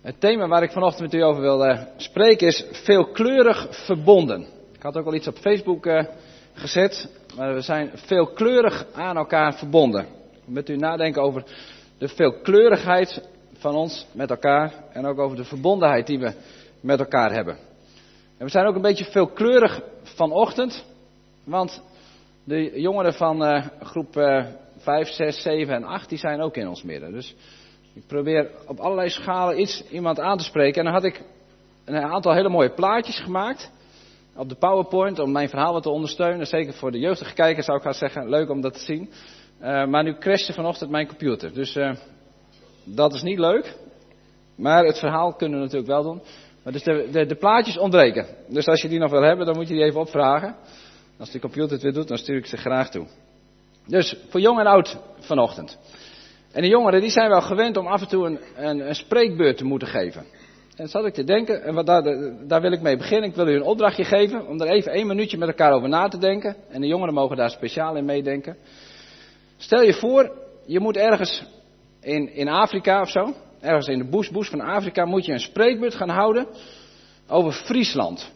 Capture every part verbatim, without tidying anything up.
Het thema waar ik vanochtend met u over wil uh, spreken is veelkleurig verbonden. Ik had ook al iets op Facebook uh, gezet, maar we zijn veelkleurig aan elkaar verbonden. Met u nadenken over de veelkleurigheid van ons met elkaar en ook over de verbondenheid die we met elkaar hebben. En we zijn ook een beetje veelkleurig vanochtend, want de jongeren van uh, groep uh, vijf, zes, zeven en acht die zijn ook in ons midden. Dus ik probeer op allerlei schalen iets iemand aan te spreken. En dan had ik een aantal hele mooie plaatjes gemaakt op de PowerPoint om mijn verhaal wat te ondersteunen. Zeker voor de jeugdige kijkers zou ik gaan zeggen, leuk om dat te zien. Uh, maar nu crashte vanochtend mijn computer. Dus uh, dat is niet leuk. Maar het verhaal kunnen we natuurlijk wel doen. Maar dus de, de, de plaatjes ontbreken. Dus als je die nog wil hebben, dan moet je die even opvragen. Als de computer het weer doet, dan stuur ik ze graag toe. Dus voor jong en oud vanochtend. En de jongeren die zijn wel gewend om af en toe een, een, een spreekbeurt te moeten geven. En dat zat ik te denken, en wat daar, daar wil ik mee beginnen. Ik wil u een opdrachtje geven om er even één minuutje met elkaar over na te denken. En de jongeren mogen daar speciaal in meedenken. Stel je voor, je moet ergens in, in Afrika of zo, ergens in de bush, bush van Afrika, moet je een spreekbeurt gaan houden over Friesland.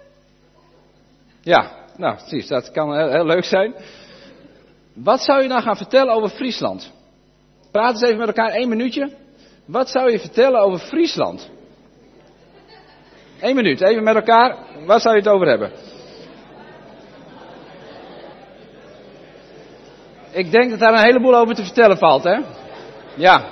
Ja, nou precies, dat kan heel, heel leuk zijn. Wat zou je dan gaan vertellen over Friesland? Praat eens even met elkaar, één minuutje. Wat zou je vertellen over Friesland? Eén minuut, even met elkaar. Waar zou je het over hebben? Ik denk dat daar een heleboel over te vertellen valt, hè? Ja.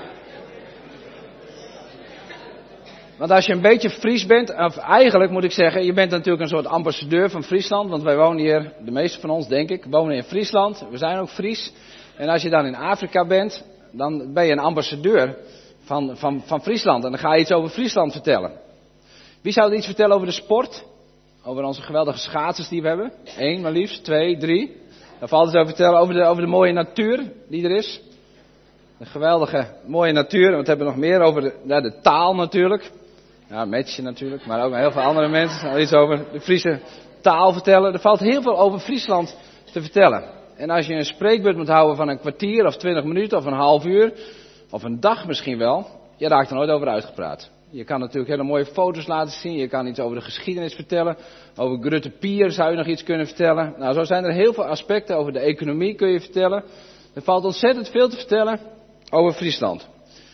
Want als je een beetje Fries bent, of eigenlijk moet ik zeggen, je bent natuurlijk een soort ambassadeur van Friesland. Want wij wonen hier, de meeste van ons denk ik, wonen in Friesland. We zijn ook Fries. En als je dan in Afrika bent, dan ben je een ambassadeur van, van, van Friesland. En dan ga je iets over Friesland vertellen. Wie zou er iets vertellen over de sport? Over onze geweldige schaatsers die we hebben? Eén maar liefst, twee, drie. Dan valt het over vertellen over de, over de mooie natuur die er is. De geweldige mooie natuur. En wat hebben we nog meer over de, ja, de taal natuurlijk. Ja, Metje natuurlijk, maar ook heel veel andere mensen. Iets over de Friese taal vertellen. Er valt heel veel over Friesland te vertellen. En als je een spreekbeurt moet houden van een kwartier of twintig minuten of een half uur, of een dag misschien wel, je raakt er nooit over uitgepraat. Je kan natuurlijk hele mooie foto's laten zien, je kan iets over de geschiedenis vertellen, over Grutte Pier zou je nog iets kunnen vertellen. Nou, zo zijn er heel veel aspecten, over de economie kun je vertellen. Er valt ontzettend veel te vertellen over Friesland.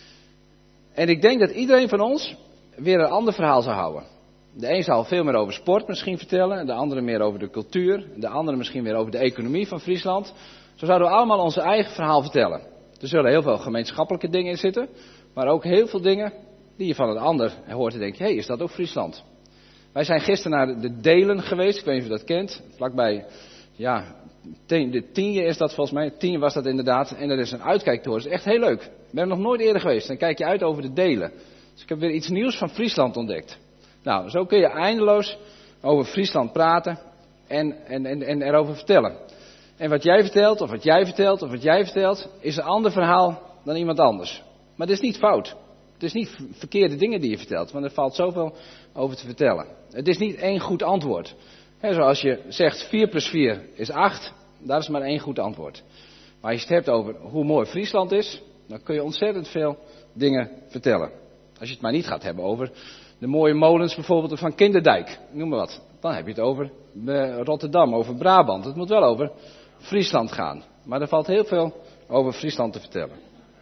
En ik denk dat iedereen van ons weer een ander verhaal zou houden. De een zal veel meer over sport misschien vertellen, de andere meer over de cultuur, de andere misschien weer over de economie van Friesland. Zo zouden we allemaal ons eigen verhaal vertellen. Er zullen heel veel gemeenschappelijke dingen in zitten, maar ook heel veel dingen die je van het ander hoort en denk je, hé, hey, is dat ook Friesland? Wij zijn gisteren naar de Delen geweest, ik weet niet of je dat kent, vlakbij, ja, de Tienje is dat volgens mij, Tienje was dat inderdaad, en er is een uitkijktoren, dat is echt heel leuk. Ik ben er nog nooit eerder geweest, dan kijk je uit over de Delen. Dus ik heb weer iets nieuws van Friesland ontdekt. Nou, zo kun je eindeloos over Friesland praten en, en, en, en erover vertellen. En wat jij vertelt, of wat jij vertelt, of wat jij vertelt, is een ander verhaal dan iemand anders. Maar het is niet fout. Het is niet verkeerde dingen die je vertelt, want er valt zoveel over te vertellen. Het is niet één goed antwoord. He, zoals je zegt vier plus vier is acht, daar is maar één goed antwoord. Maar als je het hebt over hoe mooi Friesland is, dan kun je ontzettend veel dingen vertellen. Als je het maar niet gaat hebben over de mooie molens bijvoorbeeld van Kinderdijk, noem maar wat. Dan heb je het over Rotterdam, over Brabant. Het moet wel over Friesland gaan. Maar er valt heel veel over Friesland te vertellen.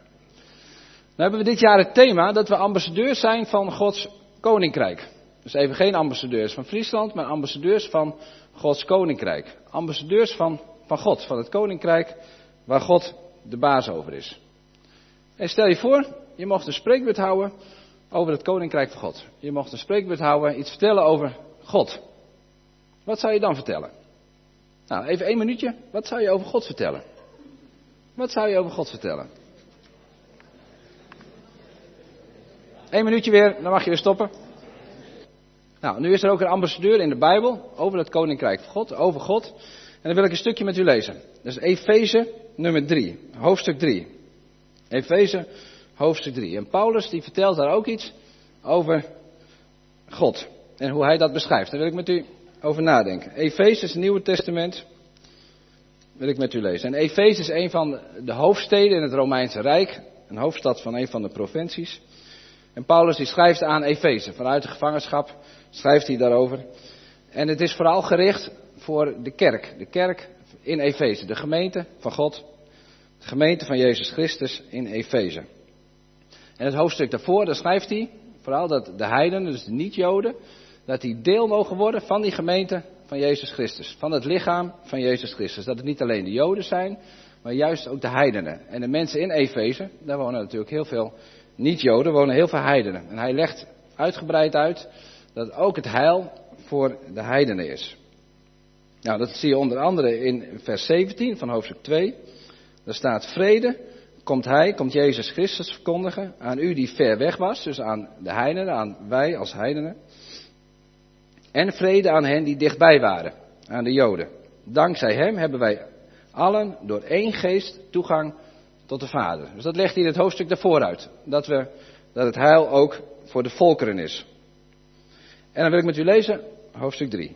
Dan hebben we dit jaar het thema dat we ambassadeurs zijn van Gods Koninkrijk. Dus even geen ambassadeurs van Friesland, maar ambassadeurs van Gods Koninkrijk. Ambassadeurs van, van God, van het Koninkrijk waar God de baas over is. En stel je voor, je mocht een spreekbeurt houden over het Koninkrijk van God. Je mocht een spreekbeurt houden, iets vertellen over God. Wat zou je dan vertellen? Nou, even één minuutje. Wat zou je over God vertellen? Wat zou je over God vertellen? Eén minuutje weer, dan mag je weer stoppen. Nou, nu is er ook een ambassadeur in de Bijbel over het Koninkrijk van God, over God. En dan wil ik een stukje met u lezen. Dat is Efeze nummer drie, hoofdstuk drie. Efeze hoofdstuk drie. En Paulus die vertelt daar ook iets over God. En hoe hij dat beschrijft. Daar wil ik met u over nadenken. Efeze is het Nieuwe Testament. Wil ik met u lezen. En Efeze is een van de hoofdsteden in het Romeinse Rijk. Een hoofdstad van een van de provincies. En Paulus die schrijft aan Efeze. Vanuit de gevangenschap schrijft hij daarover. En het is vooral gericht voor de kerk. De kerk in Efeze. De gemeente van God. De gemeente van Jezus Christus in Efeze. En het hoofdstuk daarvoor, daar schrijft hij vooral dat de heidenen, dus de niet-Joden, dat die deel mogen worden van die gemeente van Jezus Christus. Van het lichaam van Jezus Christus. Dat het niet alleen de Joden zijn, maar juist ook de heidenen. En de mensen in Efeze, daar wonen natuurlijk heel veel niet-Joden, wonen heel veel heidenen. En hij legt uitgebreid uit dat ook het heil voor de heidenen is. Nou, dat zie je onder andere in vers zeventien van hoofdstuk twee. Daar staat: vrede komt hij, komt Jezus Christus verkondigen aan u die ver weg was, dus aan de heidenen, aan wij als heidenen. En vrede aan hen die dichtbij waren, aan de Joden. Dankzij hem hebben wij allen door één geest toegang tot de Vader. Dus dat legt hij in het hoofdstuk daarvoor uit. Dat, we, dat het heil ook voor de volkeren is. En dan wil ik met u lezen hoofdstuk drie.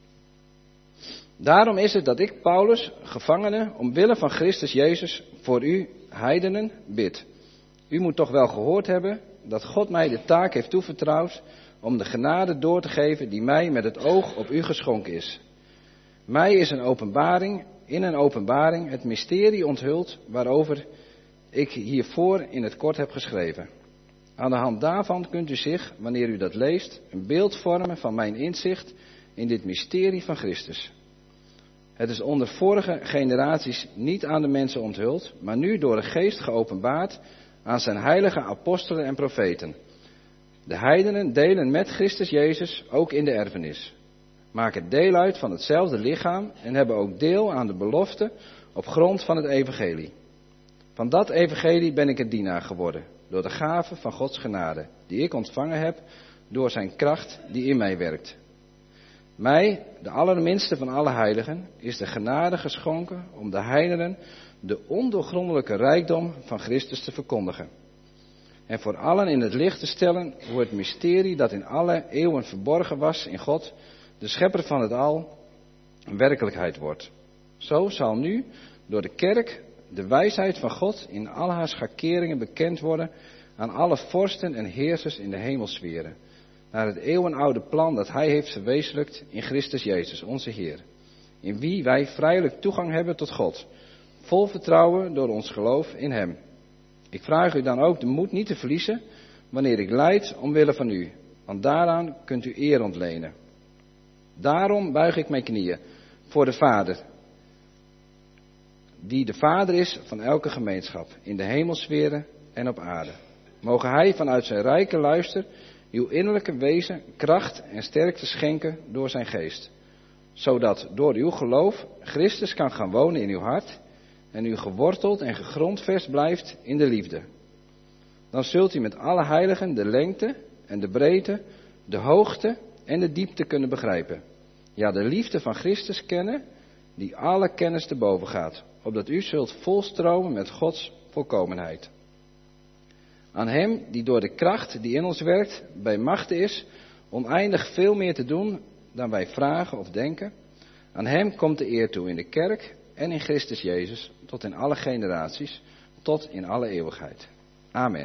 Daarom is het dat ik, Paulus, gevangene, omwille van Christus Jezus, voor u, heidenen, bid. U moet toch wel gehoord hebben dat God mij de taak heeft toevertrouwd om de genade door te geven die mij met het oog op u geschonken is. Mij is een openbaring, in een openbaring, het mysterie onthuld waarover ik hiervoor in het kort heb geschreven. Aan de hand daarvan kunt u zich, wanneer u dat leest, een beeld vormen van mijn inzicht in dit mysterie van Christus. Het is onder vorige generaties niet aan de mensen onthuld, maar nu door de geest geopenbaard aan zijn heilige apostelen en profeten. De heidenen delen met Christus Jezus ook in de erfenis, maken deel uit van hetzelfde lichaam en hebben ook deel aan de belofte op grond van het evangelie. Van dat evangelie ben ik een dienaar geworden, door de gave van Gods genade, die ik ontvangen heb door zijn kracht die in mij werkt. Mij, de allerminste van alle heiligen, is de genade geschonken om de heidenen de ondoorgrondelijke rijkdom van Christus te verkondigen. En voor allen in het licht te stellen hoe het mysterie dat in alle eeuwen verborgen was in God, de schepper van het al, een werkelijkheid wordt. Zo zal nu door de kerk de wijsheid van God in al haar schakeringen bekend worden aan alle vorsten en heersers in de hemelsferen, naar het eeuwenoude plan dat hij heeft verwezenlijkt in Christus Jezus, onze Heer, in wie wij vrijelijk toegang hebben tot God, vol vertrouwen door ons geloof in hem. Ik vraag u dan ook de moed niet te verliezen wanneer ik lijd omwille van u, want daaraan kunt u eer ontlenen. Daarom buig ik mijn knieën voor de Vader, die de Vader is van elke gemeenschap, in de hemelsferen en op aarde. Mogen hij vanuit zijn rijke luister uw innerlijke wezen kracht en sterkte schenken door zijn geest, zodat door uw geloof Christus kan gaan wonen in uw hart en u geworteld en gegrondvest blijft in de liefde. Dan zult u met alle heiligen de lengte en de breedte, de hoogte en de diepte kunnen begrijpen. Ja, de liefde van Christus kennen, die alle kennis te boven gaat, opdat u zult volstromen met Gods volkomenheid. Aan hem die door de kracht die in ons werkt bij machte is, oneindig veel meer te doen dan wij vragen of denken. Aan hem komt de eer toe in de kerk en in Christus Jezus, tot in alle generaties, tot in alle eeuwigheid. Amen.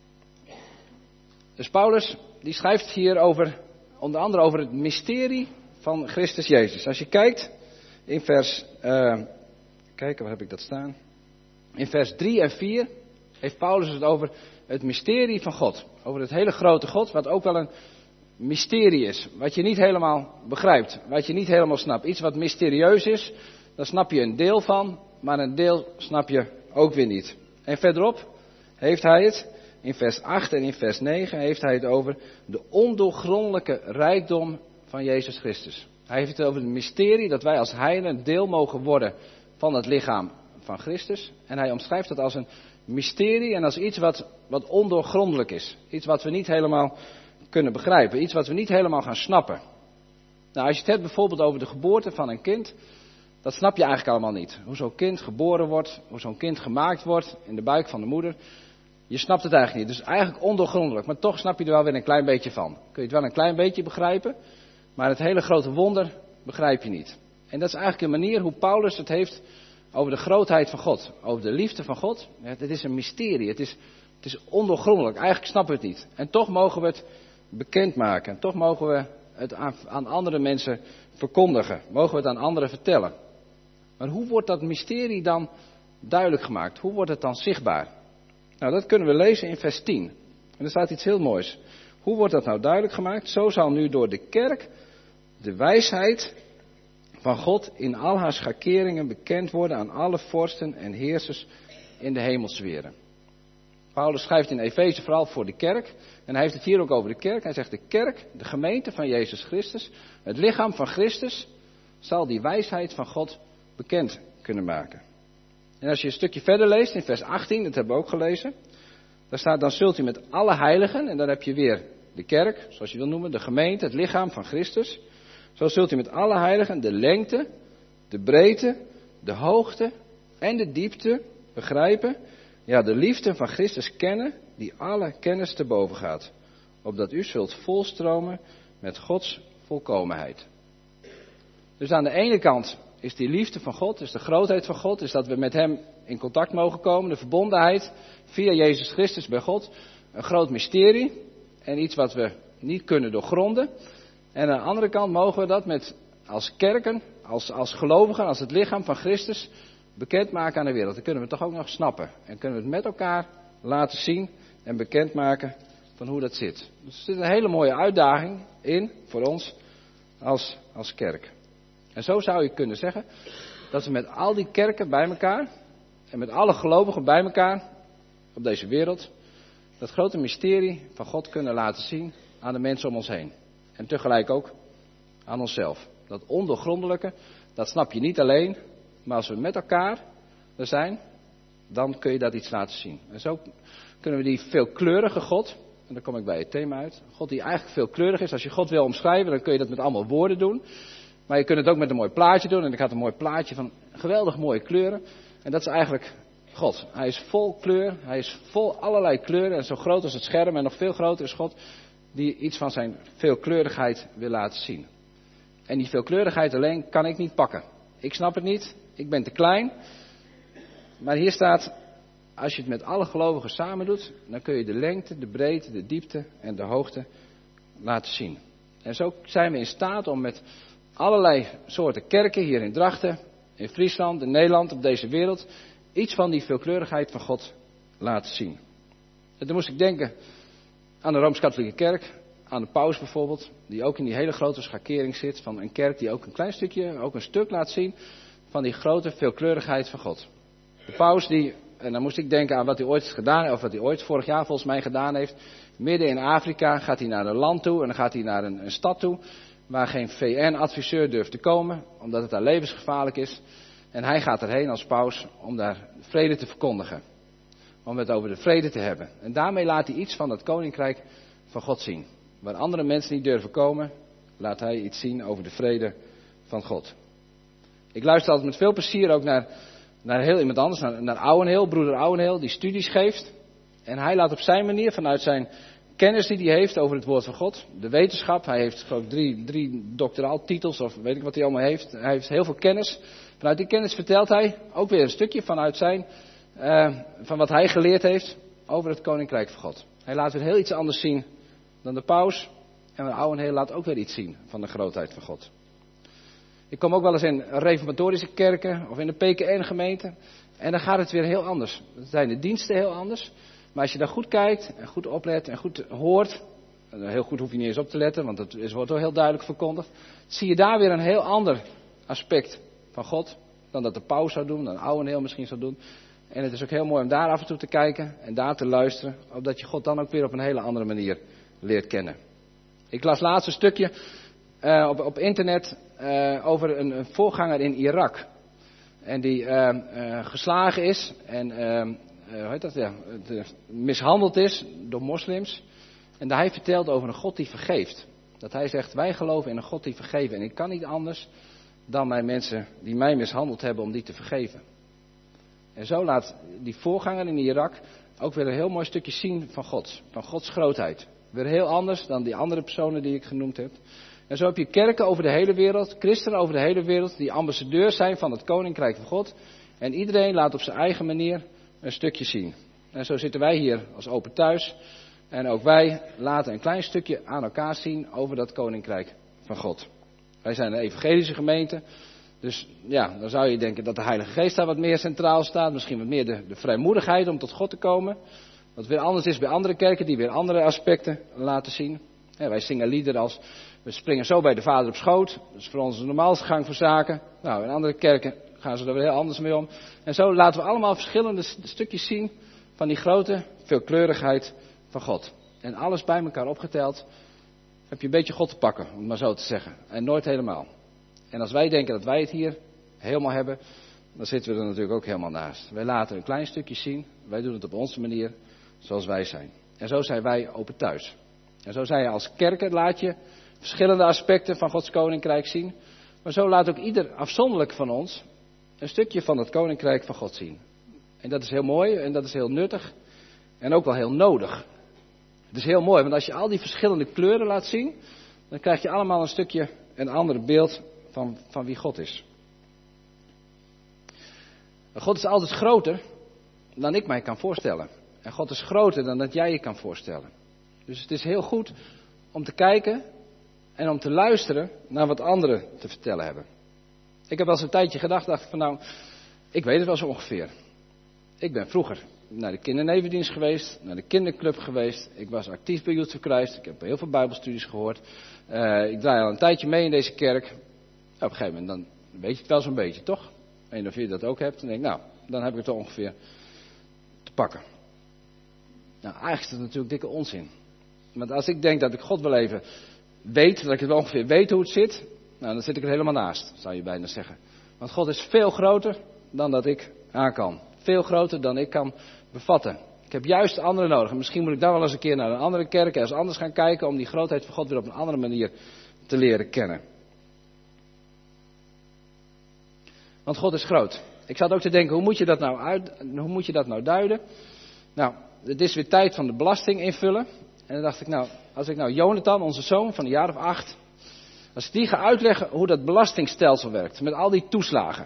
Dus Paulus, die schrijft hier over, onder andere over het mysterie van Christus Jezus. Als je kijkt in vers, uh, kijken waar heb ik dat staan? In vers drie en vier heeft Paulus het over het mysterie van God. Over het hele grote God, wat ook wel een mysterie is. Wat je niet helemaal begrijpt, wat je niet helemaal snapt. Iets wat mysterieus is, daar snap je een deel van, maar een deel snap je ook weer niet. En verderop heeft hij het, in vers acht en in vers negen, heeft hij het over de ondoorgrondelijke rijkdom van Jezus Christus. Hij heeft het over het mysterie dat wij als heiligen deel mogen worden van het lichaam van Christus. En hij omschrijft het als een mysterie en als iets wat, wat ondoorgrondelijk is. Iets wat we niet helemaal kunnen begrijpen. Iets wat we niet helemaal gaan snappen. Nou, als je het hebt bijvoorbeeld over de geboorte van een kind, dat snap je eigenlijk allemaal niet. Hoe zo'n kind geboren wordt, hoe zo'n kind gemaakt wordt in de buik van de moeder. Je snapt het eigenlijk niet. Dus eigenlijk ondoorgrondelijk. Maar toch snap je er wel weer een klein beetje van. Kun je het wel een klein beetje begrijpen, maar het hele grote wonder begrijp je niet. En dat is eigenlijk een manier hoe Paulus het heeft over de grootheid van God. Over de liefde van God. Het is een mysterie. Het is Het is ondoorgrondelijk, eigenlijk snappen we het niet. En toch mogen we het bekendmaken. En toch mogen we het aan, aan andere mensen verkondigen. Mogen we het aan anderen vertellen. Maar hoe wordt dat mysterie dan duidelijk gemaakt? Hoe wordt het dan zichtbaar? Nou, dat kunnen we lezen in vers tien. En er staat iets heel moois. Hoe wordt dat nou duidelijk gemaakt? Zo zal nu door de kerk de wijsheid van God in al haar schakeringen bekend worden aan alle vorsten en heersers in de hemelsferen. Paulus schrijft in Efeze vooral voor de kerk. En hij heeft het hier ook over de kerk. Hij zegt de kerk, de gemeente van Jezus Christus, het lichaam van Christus, zal die wijsheid van God bekend kunnen maken. En als je een stukje verder leest in vers achttien, dat hebben we ook gelezen. Daar staat, dan zult u met alle heiligen, en dan heb je weer de kerk, zoals je wil noemen, de gemeente, het lichaam van Christus. Zo zult u met alle heiligen de lengte, de breedte, de hoogte en de diepte begrijpen. Ja, de liefde van Christus kennen, die alle kennis te boven gaat. Opdat u zult volstromen met Gods volkomenheid. Dus aan de ene kant is die liefde van God, is de grootheid van God, is dat we met Hem in contact mogen komen, de verbondenheid via Jezus Christus bij God. Een groot mysterie en iets wat we niet kunnen doorgronden. En aan de andere kant mogen we dat met, als kerken, als, als gelovigen, als het lichaam van Christus bekendmaken aan de wereld. Dan kunnen we het toch ook nog snappen. En kunnen we het met elkaar laten zien en bekendmaken van hoe dat zit. Dus er zit een hele mooie uitdaging in voor ons als, als kerk. En zo zou je kunnen zeggen dat we met al die kerken bij elkaar en met alle gelovigen bij elkaar op deze wereld dat grote mysterie van God kunnen laten zien aan de mensen om ons heen. En tegelijk ook aan onszelf. Dat ondoorgrondelijke, dat snap je niet alleen, maar als we met elkaar er zijn, dan kun je dat iets laten zien. En zo kunnen we die veelkleurige God, en dan kom ik bij het thema uit, God die eigenlijk veelkleurig is. Als je God wil omschrijven, dan kun je dat met allemaal woorden doen. Maar je kunt het ook met een mooi plaatje doen. En ik had een mooi plaatje van geweldig mooie kleuren. En dat is eigenlijk God. Hij is vol kleur, hij is vol allerlei kleuren. En zo groot als het scherm en nog veel groter is God, die iets van zijn veelkleurigheid wil laten zien. En die veelkleurigheid alleen kan ik niet pakken. Ik snap het niet, ik ben te klein. Maar hier staat, als je het met alle gelovigen samen doet, dan kun je de lengte, de breedte, de diepte en de hoogte laten zien. En zo zijn we in staat om met allerlei soorten kerken hier in Drachten, in Friesland, in Nederland, op deze wereld, iets van die veelkleurigheid van God laten zien. En toen moest ik denken aan de Rooms-Katholieke Kerk, aan de paus bijvoorbeeld, die ook in die hele grote schakering zit van een kerk die ook een klein stukje, ook een stuk laat zien van die grote veelkleurigheid van God. De paus die, en dan moest ik denken aan wat hij ooit gedaan heeft, of wat hij ooit vorig jaar volgens mij gedaan heeft, midden in Afrika gaat hij naar een land toe en dan gaat hij naar een, een stad toe waar geen V N-adviseur durft te komen, omdat het daar levensgevaarlijk is. En hij gaat erheen als paus om daar vrede te verkondigen. Om het over de vrede te hebben. En daarmee laat hij iets van het koninkrijk van God zien. Waar andere mensen niet durven komen, laat hij iets zien over de vrede van God. Ik luister altijd met veel plezier ook naar, naar heel iemand anders, naar, naar Ouwenheel, broeder Ouwenheel, die studies geeft. En hij laat op zijn manier, vanuit zijn kennis die hij heeft over het woord van God, de wetenschap, hij heeft geloof ik drie, drie doctoraaltitels of weet ik wat hij allemaal heeft. Hij heeft heel veel kennis. Vanuit die kennis vertelt hij ook weer een stukje vanuit zijn, uh, van wat hij geleerd heeft over het koninkrijk van God. Hij laat weer heel iets anders zien dan de paus. En de Ouwenheel laat ook weer iets zien van de grootheid van God. Ik kom ook wel eens in reformatorische kerken of in de P K N-gemeente. En dan gaat het weer heel anders. Dan zijn de diensten heel anders. Maar als je daar goed kijkt en goed oplet en goed hoort. En heel goed hoef je niet eens op te letten, want het wordt wel heel duidelijk verkondigd. Zie je daar weer een heel ander aspect van God dan dat de paus zou doen, dan Ouwenheel misschien zou doen. En het is ook heel mooi om daar af en toe te kijken en daar te luisteren, opdat je God dan ook weer op een hele andere manier leert kennen. Ik las laatst een stukje uh, op, op internet uh, over een, een voorganger in Irak. En die uh, uh, geslagen is en uh, uh, hoe heet dat, ja, de, mishandeld is door moslims. En hij vertelt over een God die vergeeft. Dat hij zegt, wij geloven in een God die vergeeft. En ik kan niet anders dan mijn mensen die mij mishandeld hebben om die te vergeven. En zo laat die voorganger in Irak ook weer een heel mooi stukje zien van God. Van Gods grootheid. Weer heel anders dan die andere personen die ik genoemd heb. En zo heb je kerken over de hele wereld, christenen over de hele wereld, die ambassadeurs zijn van het koninkrijk van God. En iedereen laat op zijn eigen manier een stukje zien. En zo zitten wij hier als Open Thuis. En ook wij laten een klein stukje aan elkaar zien over dat koninkrijk van God. Wij zijn een evangelische gemeente. Dus ja, dan zou je denken dat de Heilige Geest daar wat meer centraal staat. Misschien wat meer de, de vrijmoedigheid om tot God te komen. Wat weer anders is bij andere kerken die weer andere aspecten laten zien. Ja, wij zingen liederen als we springen zo bij de Vader op schoot. Dat is voor ons de normaalste gang van zaken. Nou, in andere kerken gaan ze er weer heel anders mee om. En zo laten we allemaal verschillende stukjes zien van die grote veelkleurigheid van God. En alles bij elkaar opgeteld heb je een beetje God te pakken, om het maar zo te zeggen. En nooit helemaal. En als wij denken dat wij het hier helemaal hebben, dan zitten we er natuurlijk ook helemaal naast. Wij laten een klein stukje zien. Wij doen het op onze manier, zoals wij zijn. En zo zijn wij Open Thuis. En zo zijn je als kerken, laat je verschillende aspecten van Gods koninkrijk zien. Maar zo laat ook ieder afzonderlijk van ons een stukje van het koninkrijk van God zien. En dat is heel mooi en dat is heel nuttig en ook wel heel nodig. Het is heel mooi, want als je al die verschillende kleuren laat zien, dan krijg je allemaal een stukje, een ander beeld van, van wie God is. God is altijd groter dan ik mij kan voorstellen. En God is groter dan dat jij je kan voorstellen. Dus het is heel goed om te kijken en om te luisteren naar wat anderen te vertellen hebben. Ik heb wel eens een tijdje gedacht, dacht ik van nou, ik weet het wel zo ongeveer. Ik ben vroeger naar de kindernevendienst geweest, naar de kinderclub geweest. Ik was actief bij Youth for Christ. Ik heb heel veel bijbelstudies gehoord. Uh, ik draai al een tijdje mee in deze kerk. Nou, op een gegeven moment dan weet je het wel zo'n beetje, toch? En of je dat ook hebt, dan denk ik, nou, dan heb ik het wel ongeveer te pakken. Nou, eigenlijk is dat natuurlijk dikke onzin. Want als ik denk dat ik God wel even weet, dat ik het wel ongeveer weet hoe het zit, nou, dan zit ik er helemaal naast, zou je bijna zeggen. Want God is veel groter dan dat ik aan kan. Veel groter dan ik kan bevatten. Ik heb juist anderen nodig. En misschien moet ik dan wel eens een keer naar een andere kerk, ergens anders gaan kijken, om die grootheid van God weer op een andere manier te leren kennen. Want God is groot. Ik zat ook te denken, hoe moet je dat nou, uit, hoe moet je dat nou duiden? Nou, het is weer tijd van de belasting invullen. En dan dacht ik, nou, als ik nou Jonathan, onze zoon van een jaar of acht, als ik die ga uitleggen hoe dat belastingstelsel werkt, met al die toeslagen.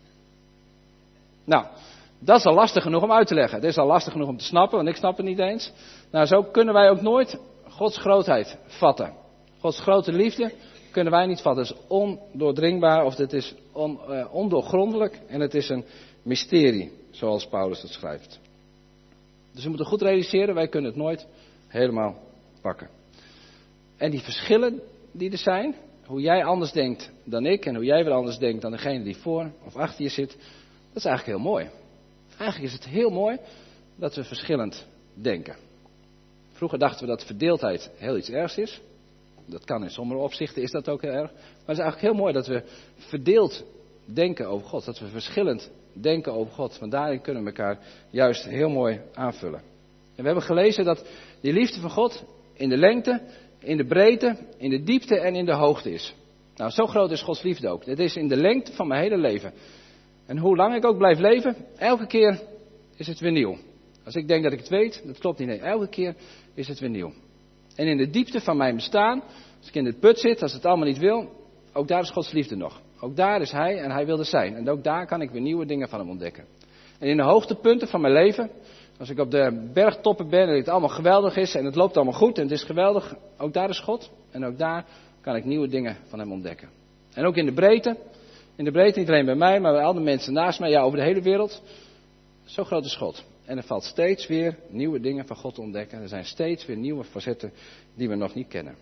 Nou, dat is al lastig genoeg om uit te leggen. Het is al lastig genoeg om te snappen, want ik snap het niet eens. Nou, zo kunnen wij ook nooit Gods grootheid vatten. Gods grote liefde kunnen wij niet vatten. Het is ondoordringbaar of het is on, uh, ondoorgrondelijk en het is een mysterie, zoals Paulus het schrijft. Dus we moeten goed realiseren, wij kunnen het nooit helemaal pakken. En die verschillen die er zijn, hoe jij anders denkt dan ik en hoe jij weer anders denkt dan degene die voor of achter je zit, dat is eigenlijk heel mooi. Eigenlijk is het heel mooi dat we verschillend denken. Vroeger dachten we dat verdeeldheid heel iets ergs is. Dat kan in sommige opzichten, is dat ook heel erg. Maar het is eigenlijk heel mooi dat we verdeeld denken over God. Dat we verschillend denken over God. Want daarin kunnen we elkaar juist heel mooi aanvullen. En we hebben gelezen dat die liefde van God in de lengte, in de breedte, in de diepte en in de hoogte is. Nou, zo groot is Gods liefde ook. Dit is in de lengte van mijn hele leven. En hoe lang ik ook blijf leven, elke keer is het weer nieuw. Als ik denk dat ik het weet, dat klopt niet. Nee, elke keer is het weer nieuw. En in de diepte van mijn bestaan, als ik in de put zit, als het allemaal niet wil, ook daar is Gods liefde nog. Ook daar is Hij en Hij wil er zijn. En ook daar kan ik weer nieuwe dingen van Hem ontdekken. En in de hoogtepunten van mijn leven, als ik op de bergtoppen ben en het allemaal geweldig is en het loopt allemaal goed en het is geweldig, ook daar is God. En ook daar kan ik nieuwe dingen van Hem ontdekken. En ook in de breedte, in de breedte niet alleen bij mij, maar bij al de mensen naast mij, ja, over de hele wereld. Zo groot is God. En er valt steeds weer nieuwe dingen van God te ontdekken. Er zijn steeds weer nieuwe facetten die we nog niet kennen.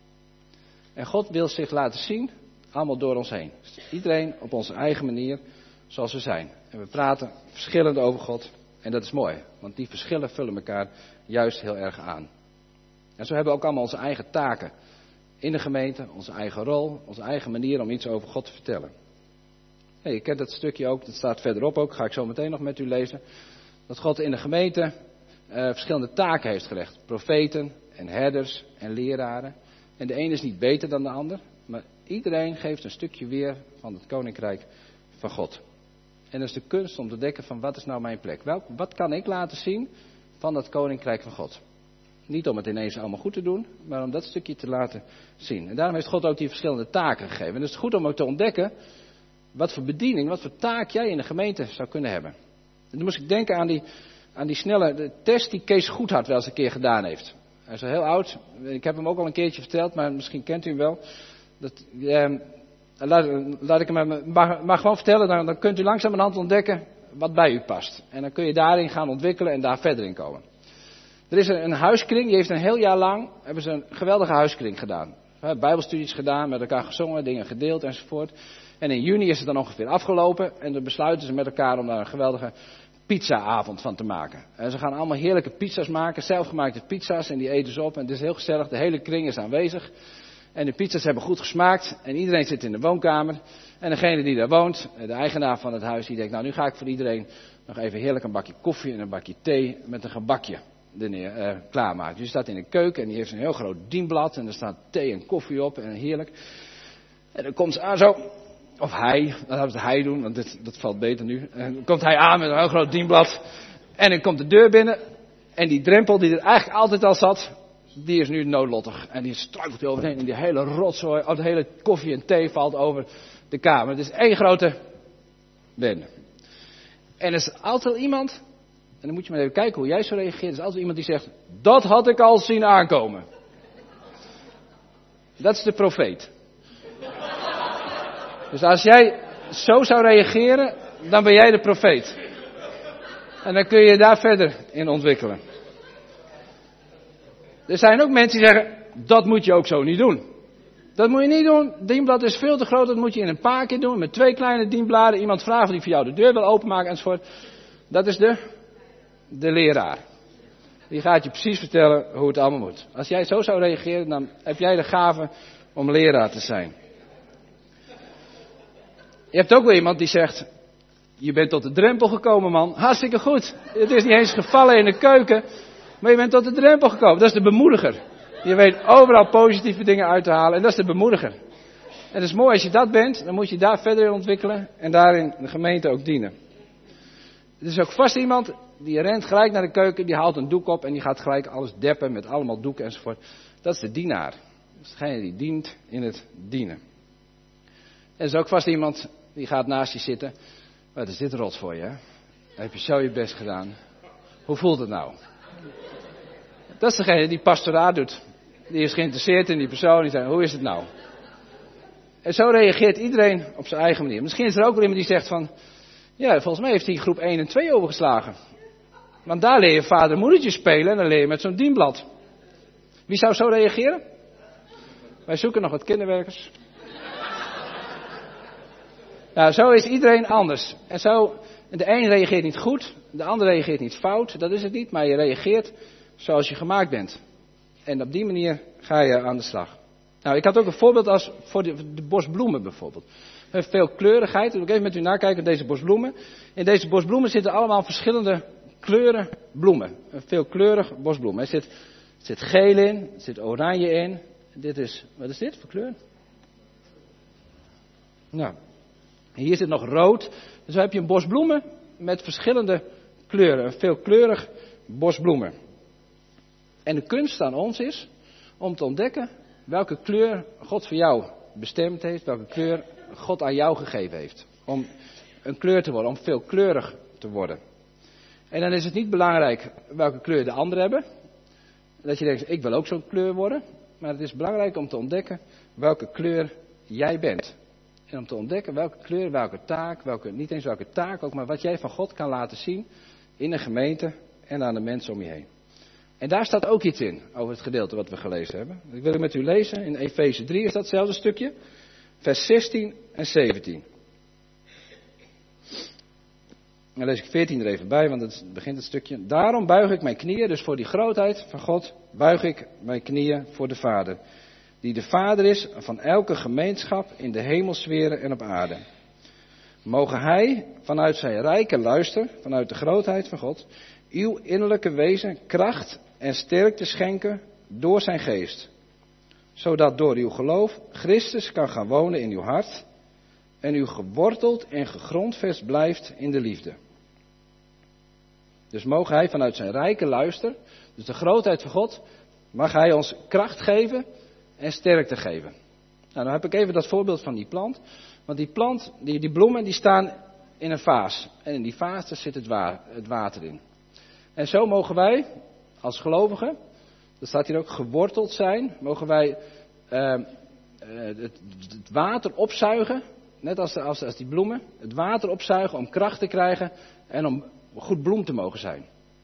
En God wil zich laten zien, allemaal door ons heen. Iedereen op onze eigen manier, zoals we zijn. En we praten verschillend over God. En dat is mooi, want die verschillen vullen elkaar juist heel erg aan. En zo hebben we ook allemaal onze eigen taken in de gemeente, onze eigen rol, onze eigen manier om iets over God te vertellen. Hey, je kent dat stukje ook, dat staat verderop ook, ga ik zo meteen nog met u lezen. Dat God in de gemeente uh, verschillende taken heeft gelegd. Profeten en herders en leraren. En de een is niet beter dan de ander, maar iedereen geeft een stukje weer van het koninkrijk van God. En dat is de kunst om te denken van wat is nou mijn plek? Welk, wat kan ik laten zien van dat koninkrijk van God? Niet om het ineens allemaal goed te doen, maar om dat stukje te laten zien. En daarom heeft God ook die verschillende taken gegeven. En het is goed om ook te ontdekken wat voor bediening, wat voor taak jij in de gemeente zou kunnen hebben. En toen moest ik denken aan die, aan die snelle de test die Kees Goedhart wel eens een keer gedaan heeft. Hij is al heel oud. Ik heb hem ook al een keertje verteld, maar misschien kent u hem wel. Dat, eh, laat, laat ik hem maar, maar gewoon vertellen, dan, dan kunt u langzamerhand ontdekken wat bij u past. En dan kun je daarin gaan ontwikkelen en daar verder in komen. Er is een, een huiskring, die heeft een heel jaar lang, hebben ze een geweldige huiskring gedaan. Bijbelstudies gedaan, met elkaar gezongen, dingen gedeeld enzovoort. En in juni is het dan ongeveer afgelopen en dan besluiten ze met elkaar om daar een geweldige pizzaavond van te maken. En ze gaan allemaal heerlijke pizza's maken, zelfgemaakte pizza's en die eten ze op. En het is heel gezellig, de hele kring is aanwezig. En de pizza's hebben goed gesmaakt en iedereen zit in de woonkamer. En degene die daar woont, de eigenaar van het huis, die denkt, nou nu ga ik voor iedereen nog even heerlijk een bakje koffie en een bakje thee met een gebakje er uh, klaarmaken. Dus die staat in de keuken en die heeft een heel groot dienblad en er staat thee en koffie op en heerlijk. En dan komt ze aan zo, of hij, dat hebben ze hij doen, want dit, dat valt beter nu. En dan komt hij aan met een heel groot dienblad en dan komt de deur binnen en die drempel die er eigenlijk altijd al zat, die is nu noodlottig. En die struikelt er overheen en die hele rotzooi, of de hele koffie en thee valt over de kamer. Het is één grote bende. En er is altijd iemand, en dan moet je maar even kijken hoe jij zo reageert. Er is altijd iemand die zegt, dat had ik al zien aankomen. Dat is de profeet. Dus als jij zo zou reageren, dan ben jij de profeet. En dan kun je daar verder in ontwikkelen. Er zijn ook mensen die zeggen, dat moet je ook zo niet doen. Dat moet je niet doen. Dienblad is veel te groot, dat moet je in een paar keer doen. Met twee kleine dienbladen. Iemand vraagt of die voor jou de deur wil openmaken enzovoort. Dat is de, de leraar. Die gaat je precies vertellen hoe het allemaal moet. Als jij zo zou reageren, dan heb jij de gave om leraar te zijn. Je hebt ook wel iemand die zegt, je bent tot de drempel gekomen man. Hartstikke goed. Het is niet eens gevallen in de keuken. Maar je bent tot de drempel gekomen. Dat is de bemoediger. Je weet overal positieve dingen uit te halen. En dat is de bemoediger. En het is mooi als je dat bent. Dan moet je daar verder in ontwikkelen. En daarin de gemeente ook dienen. Er is ook vast iemand. Die rent gelijk naar de keuken. Die haalt een doek op. En die gaat gelijk alles deppen. Met allemaal doeken enzovoort. Dat is de dienaar. Dat is degene die dient in het dienen. Er is ook vast iemand. Die gaat naast je zitten. Wat is dit rot voor je? Hè? Dan heb je zo je best gedaan. Hoe voelt het nou? Dat is degene die pastoraat doet. Die is geïnteresseerd in die persoon. Die zegt, hoe is het nou? En zo reageert iedereen op zijn eigen manier. Misschien is er ook wel iemand die zegt van, ja, volgens mij heeft hij groep één en twee overgeslagen. Want daar leer je vader en moedertje spelen en dan leer je met zo'n dienblad. Wie zou zo reageren? Wij zoeken nog wat kinderwerkers. Nou, zo is iedereen anders. En zo, de een reageert niet goed, de ander reageert niet fout, dat is het niet, maar je reageert zoals je gemaakt bent. En op die manier ga je aan de slag. Nou, ik had ook een voorbeeld als voor de, de bosbloemen bijvoorbeeld. We hebben veel kleurigheid. Ik wil even met u nakijken naar deze bosbloemen. In deze bosbloemen zitten allemaal verschillende kleuren bloemen. Een veelkleurig bosbloem. Er zit, er zit geel in, er zit oranje in. Dit is, wat is dit voor kleur? Nou, hier zit nog rood. Dus dan heb je een bosbloemen met verschillende kleuren. Een veelkleurig bosbloemen. En de kunst aan ons is om te ontdekken welke kleur God voor jou bestemd heeft. Welke kleur God aan jou gegeven heeft. Om een kleur te worden, om veelkleurig te worden. En dan is het niet belangrijk welke kleur de anderen hebben. Dat je denkt, ik wil ook zo'n kleur worden. Maar het is belangrijk om te ontdekken welke kleur jij bent. En om te ontdekken welke kleur, welke taak, welke, niet eens welke taak ook, maar wat jij van God kan laten zien in de gemeente en aan de mensen om je heen. En daar staat ook iets in over het gedeelte wat we gelezen hebben. Ik wil het met u lezen, in Efeze drie is datzelfde stukje, vers zestien en zeventien. Dan lees ik veertien er even bij, want het begint het stukje. Daarom buig ik mijn knieën, dus voor die grootheid van God, buig ik mijn knieën voor de Vader. Die de Vader is van elke gemeenschap in de hemelsferen en op aarde. Mogen Hij vanuit zijn rijke luister, vanuit de grootheid van God, uw innerlijke wezen kracht en sterkte schenken door zijn geest. Zodat door uw geloof Christus kan gaan wonen in uw hart en u geworteld en gegrondvest blijft in de liefde. Dus mogen Hij vanuit zijn rijke luister, dus de grootheid van God, mag Hij ons kracht geven en sterkte geven. Nou, dan heb ik even dat voorbeeld van die plant. Want die plant, die, die bloemen, die staan in een vaas. En in die vaas daar zit het, wa- het water in. En zo mogen wij, als gelovigen, dat staat hier ook, geworteld zijn, mogen wij uh, uh, het, het water opzuigen, net als, de, als, als die bloemen, het water opzuigen om kracht te krijgen en om goed bloem te mogen zijn.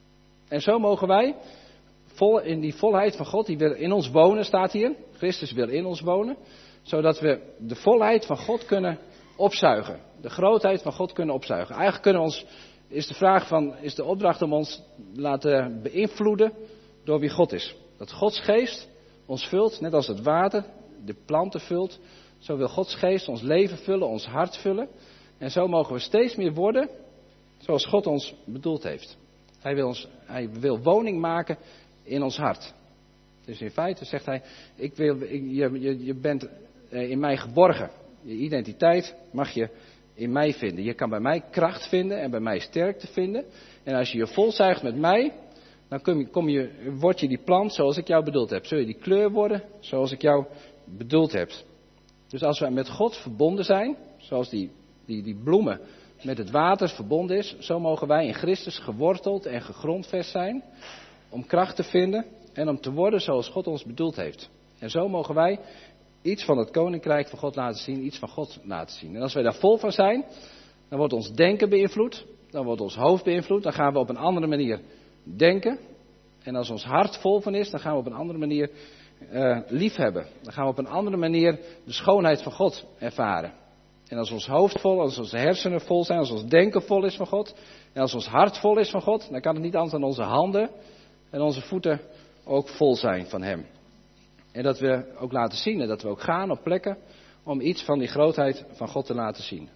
En zo mogen wij, vol, in die volheid van God, die wil in ons wonen, staat hier, Christus wil in ons wonen, zodat we de volheid van God kunnen opzuigen, de grootheid van God kunnen opzuigen. Eigenlijk kunnen we ons, is de vraag van, is de opdracht om ons laten beïnvloeden door wie God is. Dat Gods geest ons vult, net als het water de planten vult. Zo wil Gods geest ons leven vullen, ons hart vullen. En zo mogen we steeds meer worden zoals God ons bedoeld heeft. Hij wil, ons, hij wil woning maken in ons hart. Dus in feite zegt hij, ik wil, ik, je, je, je bent in mij geborgen. Je identiteit mag je in mij vinden. Je kan bij mij kracht vinden en bij mij sterkte vinden. En als je je volzuigt met mij, dan kom je, kom je, word je die plant zoals ik jou bedoeld heb. Zul je die kleur worden zoals ik jou bedoeld heb. Dus als wij met God verbonden zijn, zoals die, die, die bloemen met het water verbonden is, zo mogen wij in Christus geworteld en gegrondvest zijn om kracht te vinden en om te worden zoals God ons bedoeld heeft. En zo mogen wij iets van het koninkrijk van God laten zien, iets van God laten zien. En als wij daar vol van zijn, dan wordt ons denken beïnvloed, dan wordt ons hoofd beïnvloed, dan gaan we op een andere manier denken. En als ons hart vol van is, dan gaan we op een andere manier uh, liefhebben. Dan gaan we op een andere manier de schoonheid van God ervaren. En als ons hoofd vol, als onze hersenen vol zijn, als ons denken vol is van God, en als ons hart vol is van God, dan kan het niet anders dan onze handen en onze voeten ook vol zijn van Hem. En dat we ook laten zien en dat we ook gaan op plekken om iets van die grootheid van God te laten zien.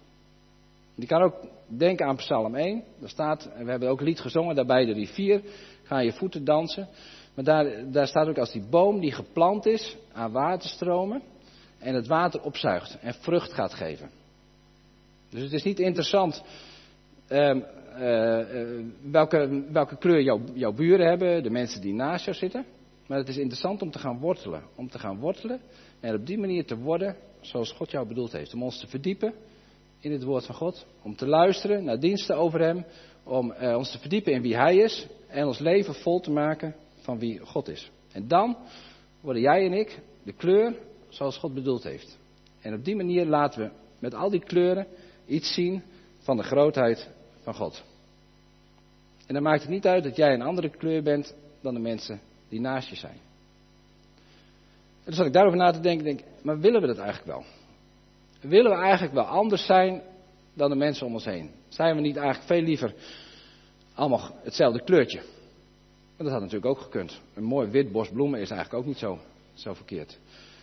Je kan ook denken aan Psalm één. Daar staat, en we hebben ook een lied gezongen, daarbij de rivier, ga je voeten dansen. Maar daar, daar staat ook als die boom die geplant is aan waterstromen en het water opzuigt en vrucht gaat geven. Dus het is niet interessant uh, uh, welke, welke kleur jou, jouw buren hebben, de mensen die naast jou zitten. Maar het is interessant om te gaan wortelen. Om te gaan wortelen en op die manier te worden zoals God jou bedoeld heeft. Om ons te verdiepen in het woord van God. Om te luisteren naar diensten over Hem. Om uh, ons te verdiepen in wie Hij is. En ons leven vol te maken van wie God is. En dan worden jij en ik de kleur zoals God bedoeld heeft. En op die manier laten we met al die kleuren iets zien van de grootheid van God. En dan maakt het niet uit dat jij een andere kleur bent dan de mensen die naast je zijn. En dus zat ik daarover na te denken, denk, maar willen we dat eigenlijk wel? Willen we eigenlijk wel anders zijn dan de mensen om ons heen? Zijn we niet eigenlijk veel liever allemaal hetzelfde kleurtje? Want dat had natuurlijk ook gekund. Een mooi wit bos bloemen is eigenlijk ook niet zo, zo verkeerd.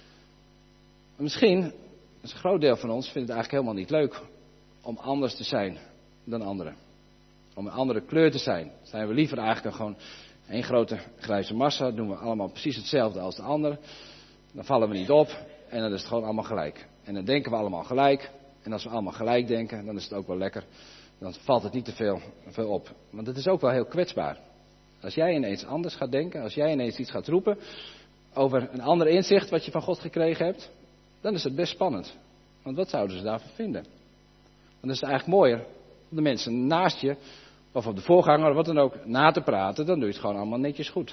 Maar misschien, dat is een groot deel van ons, vindt het eigenlijk helemaal niet leuk om anders te zijn dan anderen. Om een andere kleur te zijn. Zijn we liever eigenlijk gewoon één grote grijze massa, doen we allemaal precies hetzelfde als de ander. Dan vallen we niet op en dan is het gewoon allemaal gelijk. En dan denken we allemaal gelijk. En als we allemaal gelijk denken, dan is het ook wel lekker. Dan valt het niet te veel, veel op. Want het is ook wel heel kwetsbaar. Als jij ineens anders gaat denken, als jij ineens iets gaat roepen over een ander inzicht wat je van God gekregen hebt, dan is het best spannend. Want wat zouden ze daarvan vinden? Dan is het eigenlijk mooier om de mensen naast je, of op de voorganger, of wat dan ook, na te praten. Dan doe je het gewoon allemaal netjes goed.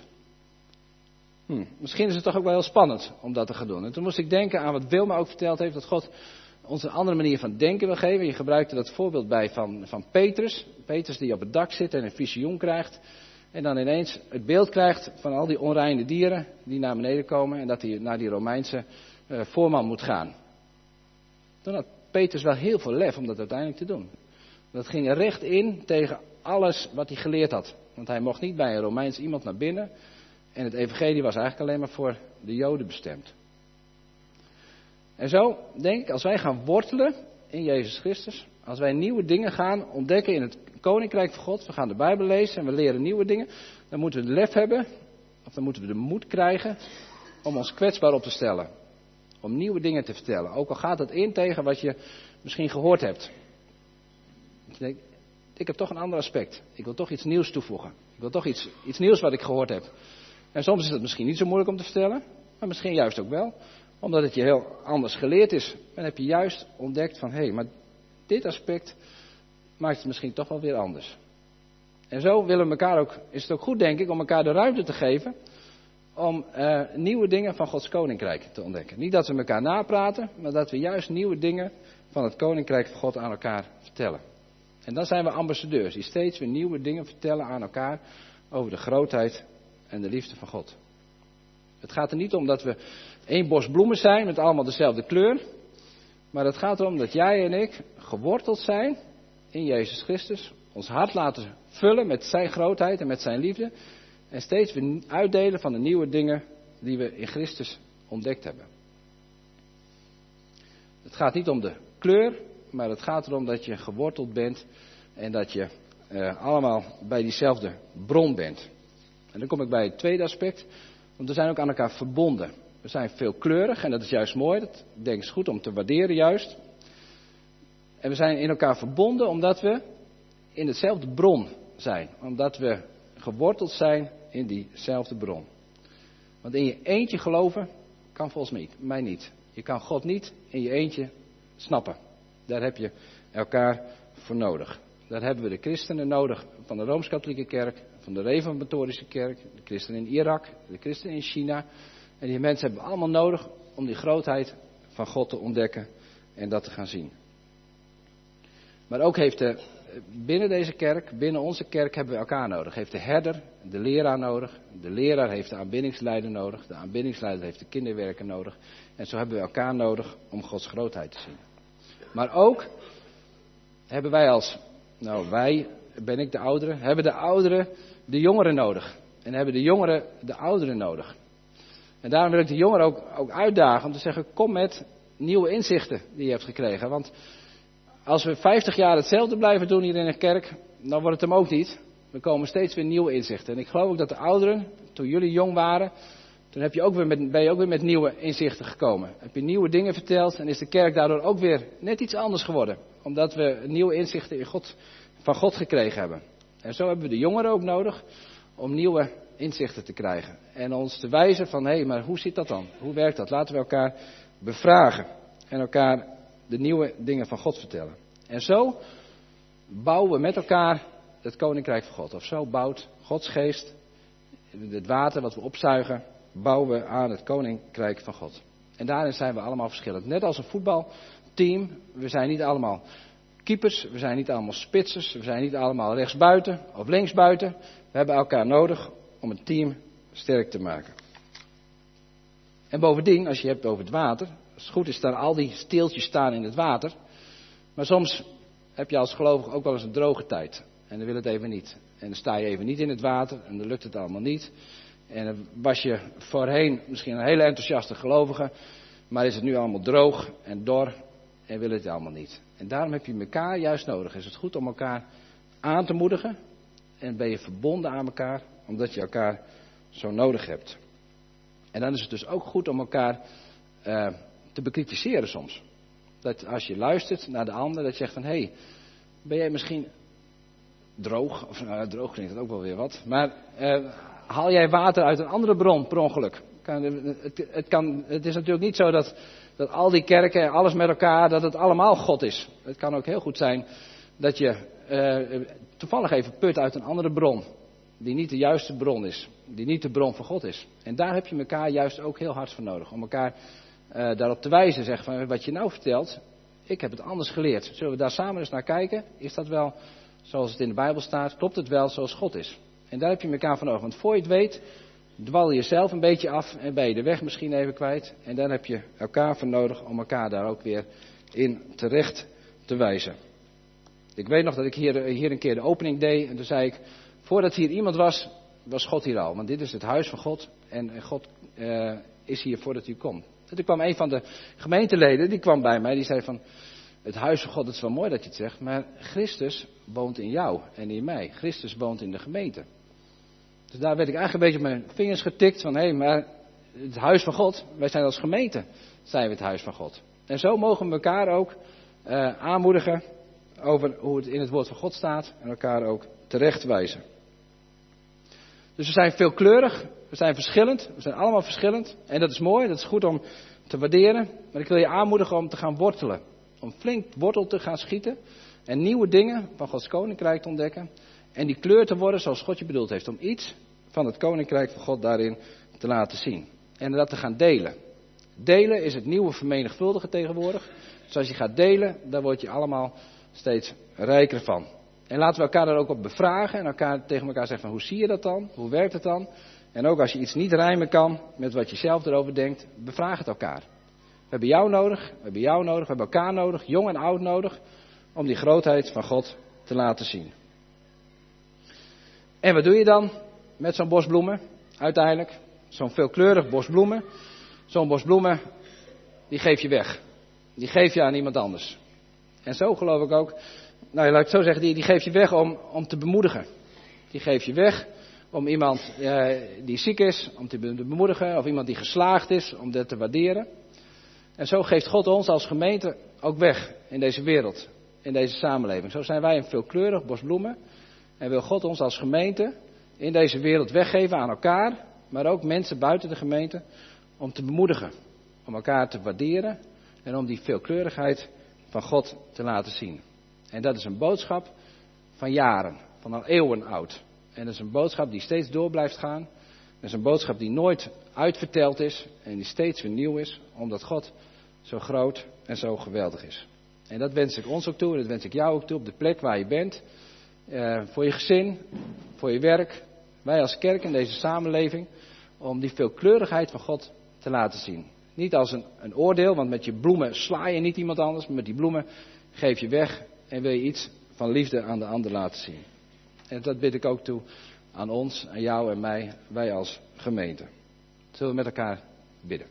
Hm, misschien is het toch ook wel heel spannend om dat te gaan doen. En toen moest ik denken aan wat Wilma ook verteld heeft, dat God ons een andere manier van denken wil geven. Je gebruikte dat voorbeeld bij van, van Petrus. Petrus die op het dak zit en een visioen krijgt. En dan ineens het beeld krijgt van al die onreine dieren die naar beneden komen. En dat hij naar die Romeinse uh, voorman moet gaan. Toen had Petrus wel heel veel lef om dat uiteindelijk te doen. Dat ging er recht in tegen alles wat hij geleerd had. Want hij mocht niet bij een Romeins iemand naar binnen. En het evangelie was eigenlijk alleen maar voor de Joden bestemd. En zo denk ik, als wij gaan wortelen in Jezus Christus. Als wij nieuwe dingen gaan ontdekken in het koninkrijk van God. We gaan de Bijbel lezen en we leren nieuwe dingen. Dan moeten we de lef hebben. Of dan moeten we de moed krijgen om ons kwetsbaar op te stellen. Om nieuwe dingen te vertellen. Ook al gaat het in tegen wat je misschien gehoord hebt. Ik denk, ik heb toch een ander aspect. Ik wil toch iets nieuws toevoegen. Ik wil toch iets, iets nieuws wat ik gehoord heb. En soms is het misschien niet zo moeilijk om te vertellen. Maar misschien juist ook wel. Omdat het je heel anders geleerd is. Dan heb je juist ontdekt van, hé, hey, maar dit aspect maakt het misschien toch wel weer anders. En zo willen we elkaar ook, is het ook goed denk ik, om elkaar de ruimte te geven om uh, nieuwe dingen van Gods koninkrijk te ontdekken. Niet dat we elkaar napraten, maar dat we juist nieuwe dingen van het koninkrijk van God aan elkaar vertellen. En dan zijn we ambassadeurs die steeds weer nieuwe dingen vertellen aan elkaar over de grootheid en de liefde van God. Het gaat er niet om dat we één bos bloemen zijn met allemaal dezelfde kleur. Maar het gaat erom dat jij en ik geworteld zijn in Jezus Christus. Ons hart laten vullen met zijn grootheid en met zijn liefde. En steeds weer uitdelen van de nieuwe dingen die we in Christus ontdekt hebben. Het gaat niet om de kleur, maar het gaat erom dat je geworteld bent. En dat je uh, allemaal bij diezelfde bron bent. En dan kom ik bij het tweede aspect. Want we zijn ook aan elkaar verbonden. We zijn veelkleurig en dat is juist mooi. Dat denk ik is goed om te waarderen juist. En we zijn in elkaar verbonden omdat we in hetzelfde bron zijn. Omdat we geworteld zijn in diezelfde bron. Want in je eentje geloven kan volgens mij niet. Je kan God niet in je eentje snappen. Daar heb je elkaar voor nodig. Daar hebben we de christenen nodig van de Rooms-Katholieke Kerk, van de Reformatorische Kerk, de christenen in Irak, de christenen in China. En die mensen hebben we allemaal nodig om die grootheid van God te ontdekken en dat te gaan zien. Maar ook heeft de, binnen deze kerk, binnen onze kerk hebben we elkaar nodig. Heeft de herder de leraar nodig, de leraar heeft de aanbiddingsleider nodig, de aanbiddingsleider heeft de kinderwerker nodig. En zo hebben we elkaar nodig om Gods grootheid te zien. Maar ook hebben wij als, nou wij, ben ik de ouderen, hebben de ouderen de jongeren nodig. En hebben de jongeren de ouderen nodig. En daarom wil ik de jongeren ook, ook uitdagen om te zeggen, kom met nieuwe inzichten die je hebt gekregen. Want als we vijftig jaar hetzelfde blijven doen hier in de kerk, dan wordt het hem ook niet. Er komen steeds weer nieuwe inzichten. En ik geloof ook dat de ouderen, toen jullie jong waren, toen heb je ook weer met, ben je ook weer met nieuwe inzichten gekomen. Heb je nieuwe dingen verteld en is de kerk daardoor ook weer net iets anders geworden. Omdat we nieuwe inzichten in God, van God gekregen hebben. En zo hebben we de jongeren ook nodig om nieuwe inzichten te krijgen. En ons te wijzen van, hé, hey, maar hoe zit dat dan? Hoe werkt dat? Laten we elkaar bevragen. En elkaar de nieuwe dingen van God vertellen. En zo bouwen we met elkaar het koninkrijk van God. Of zo bouwt Gods geest, het water wat we opzuigen, bouwen we aan het koninkrijk van God. En daarin zijn we allemaal verschillend. Net als een voetbalteam. We zijn niet allemaal keepers. We zijn niet allemaal spitsers. We zijn niet allemaal rechtsbuiten of linksbuiten. We hebben elkaar nodig om een team sterk te maken. En bovendien, als je het hebt over het water. Als het goed is, staan al die steeltjes staan in het water. Maar soms heb je als gelovige ook wel eens een droge tijd. En dan wil het even niet. En dan sta je even niet in het water. En dan lukt het allemaal niet. En dan was je voorheen misschien een hele enthousiaste gelovige. Maar is het nu allemaal droog en dor. En wil het allemaal niet. En daarom heb je elkaar juist nodig. Is het goed om elkaar aan te moedigen. En ben je verbonden aan elkaar. Omdat je elkaar zo nodig hebt. En dan is het dus ook goed om elkaar uh, te bekritiseren soms. Dat als je luistert naar de ander, dat je zegt van, hé, hey, ben jij misschien droog? Of nou, droog klinkt dat ook wel weer wat. Maar uh, haal jij water uit een andere bron per ongeluk? Kan, het, het, kan, het is natuurlijk niet zo dat, dat al die kerken en alles met elkaar, dat het allemaal God is. Het kan ook heel goed zijn dat je uh, toevallig even put uit een andere bron. Die niet de juiste bron is. Die niet de bron van God is. En daar heb je elkaar juist ook heel hard voor nodig. Om elkaar uh, daarop te wijzen. Zeggen van wat je nou vertelt. Ik heb het anders geleerd. Zullen we daar samen eens naar kijken? Is dat wel zoals het in de Bijbel staat? Klopt het wel zoals God is? En daar heb je elkaar voor nodig. Want voor je het weet, dwal je jezelf een beetje af. En ben je de weg misschien even kwijt. En dan heb je elkaar voor nodig om elkaar daar ook weer in terecht te wijzen. Ik weet nog dat ik hier, hier een keer de opening deed. En toen zei ik, voordat hier iemand was, was God hier al. Want dit is het huis van God. En God uh, is hier voordat u komt. En toen kwam een van de gemeenteleden, die kwam bij mij. Die zei van, het huis van God, het is wel mooi dat je het zegt. Maar Christus woont in jou en in mij. Christus woont in de gemeente. Dus daar werd ik eigenlijk een beetje op mijn vingers getikt. Van, hé, hey, maar het huis van God, wij zijn als gemeente, zijn we het huis van God. En zo mogen we elkaar ook uh, aanmoedigen over hoe het in het woord van God staat. En elkaar ook terechtwijzen. Dus we zijn veelkleurig, we zijn verschillend, we zijn allemaal verschillend. En dat is mooi, dat is goed om te waarderen. Maar ik wil je aanmoedigen om te gaan wortelen. Om flink wortel te gaan schieten. En nieuwe dingen van Gods koninkrijk te ontdekken. en die kleur te worden zoals God je bedoeld heeft. Om iets van het koninkrijk van God daarin te laten zien. En dat te gaan delen. Delen is het nieuwe vermenigvuldigen tegenwoordig. Dus als je gaat delen, daar word je allemaal steeds rijker van. En laten we elkaar daar ook op bevragen. En elkaar, tegen elkaar zeggen van hoe zie je dat dan? Hoe werkt het dan? En ook als je iets niet rijmen kan met wat je zelf erover denkt, bevraag het elkaar. We hebben jou nodig, we hebben jou nodig, we hebben elkaar nodig, jong en oud nodig, om die grootheid van God te laten zien. En wat doe je dan met zo'n bos bloemen uiteindelijk? Zo'n veelkleurig bos bloemen. Zo'n bos bloemen, die geef je weg. Die geef je aan iemand anders. En zo geloof ik ook, nou laat ik het zo zeggen, die, die geef je weg om, om te bemoedigen. Die geef je weg om iemand eh, die ziek is, om te bemoedigen. Of iemand die geslaagd is, om dat te waarderen. En zo geeft God ons als gemeente ook weg in deze wereld, in deze samenleving. Zo zijn wij een veelkleurig bos bloemen. En wil God ons als gemeente in deze wereld weggeven aan elkaar, maar ook mensen buiten de gemeente, om te bemoedigen. Om elkaar te waarderen en om die veelkleurigheid van God te laten zien. En dat is een boodschap van jaren, van al eeuwen oud. En dat is een boodschap die steeds door blijft gaan. Dat is een boodschap die nooit uitverteld is en die steeds weer nieuw is, omdat God zo groot en zo geweldig is. En dat wens ik ons ook toe en dat wens ik jou ook toe op de plek waar je bent. Uh, voor je gezin, voor je werk, wij als kerk in deze samenleving, om die veelkleurigheid van God te laten zien. Niet als een, een oordeel, want met je bloemen sla je niet iemand anders, maar met die bloemen geef je weg en wil je iets van liefde aan de ander laten zien. En dat bid ik ook toe aan ons, aan jou en mij, wij als gemeente. Zullen we met elkaar bidden.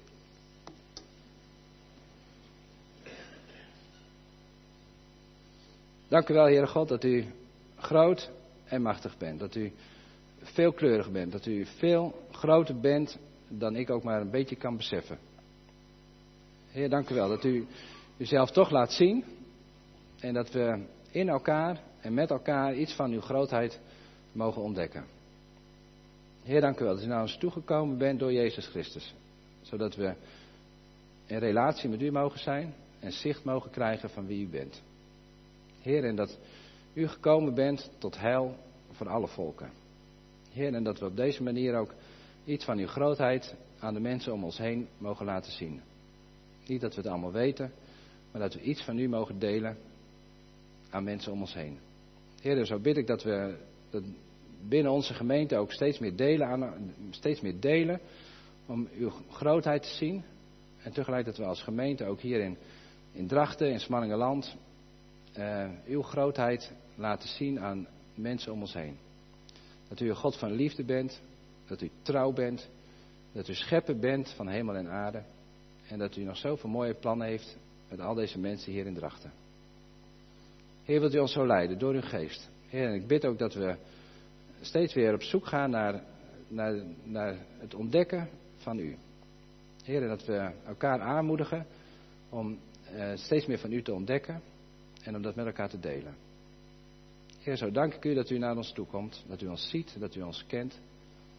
Dank u wel, Heere God, dat u groot en machtig bent. Dat u veelkleurig bent. Dat u veel groter bent dan ik ook maar een beetje kan beseffen. Heer, dank u wel dat u uzelf toch laat zien. En dat we in elkaar en met elkaar iets van uw grootheid mogen ontdekken. Heer, dank u wel dat u naar ons toegekomen bent door Jezus Christus. Zodat we in relatie met u mogen zijn en zicht mogen krijgen van wie u bent. Heer, en dat u gekomen bent tot heil voor alle volken. Heer, en dat we op deze manier ook iets van uw grootheid aan de mensen om ons heen mogen laten zien. Niet dat we het allemaal weten, maar dat we iets van u mogen delen aan mensen om ons heen. Heer, en zo bid ik dat we dat binnen onze gemeente ook steeds meer delen, aan, steeds meer delen om uw grootheid te zien. En tegelijk dat we als gemeente ook hier in, in Drachten, in Smallingenland, uh, uw grootheid laten zien aan mensen om ons heen. Dat u een God van liefde bent, dat u trouw bent, dat u schepper bent van hemel en aarde. En dat u nog zoveel mooie plannen heeft met al deze mensen hier in Drachten. Heer, wilt u ons zo leiden door uw geest. Heer, en ik bid ook dat we steeds weer op zoek gaan naar, naar, naar het ontdekken van u. Heer, en dat we elkaar aanmoedigen om uh, steeds meer van u te ontdekken en om dat met elkaar te delen. Heer, zo dank ik u dat u naar ons toe komt, dat u ons ziet, dat u ons kent.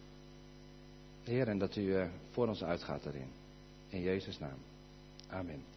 Heer, en dat u uh, voor ons uitgaat daarin. In Jezus' naam. Amen.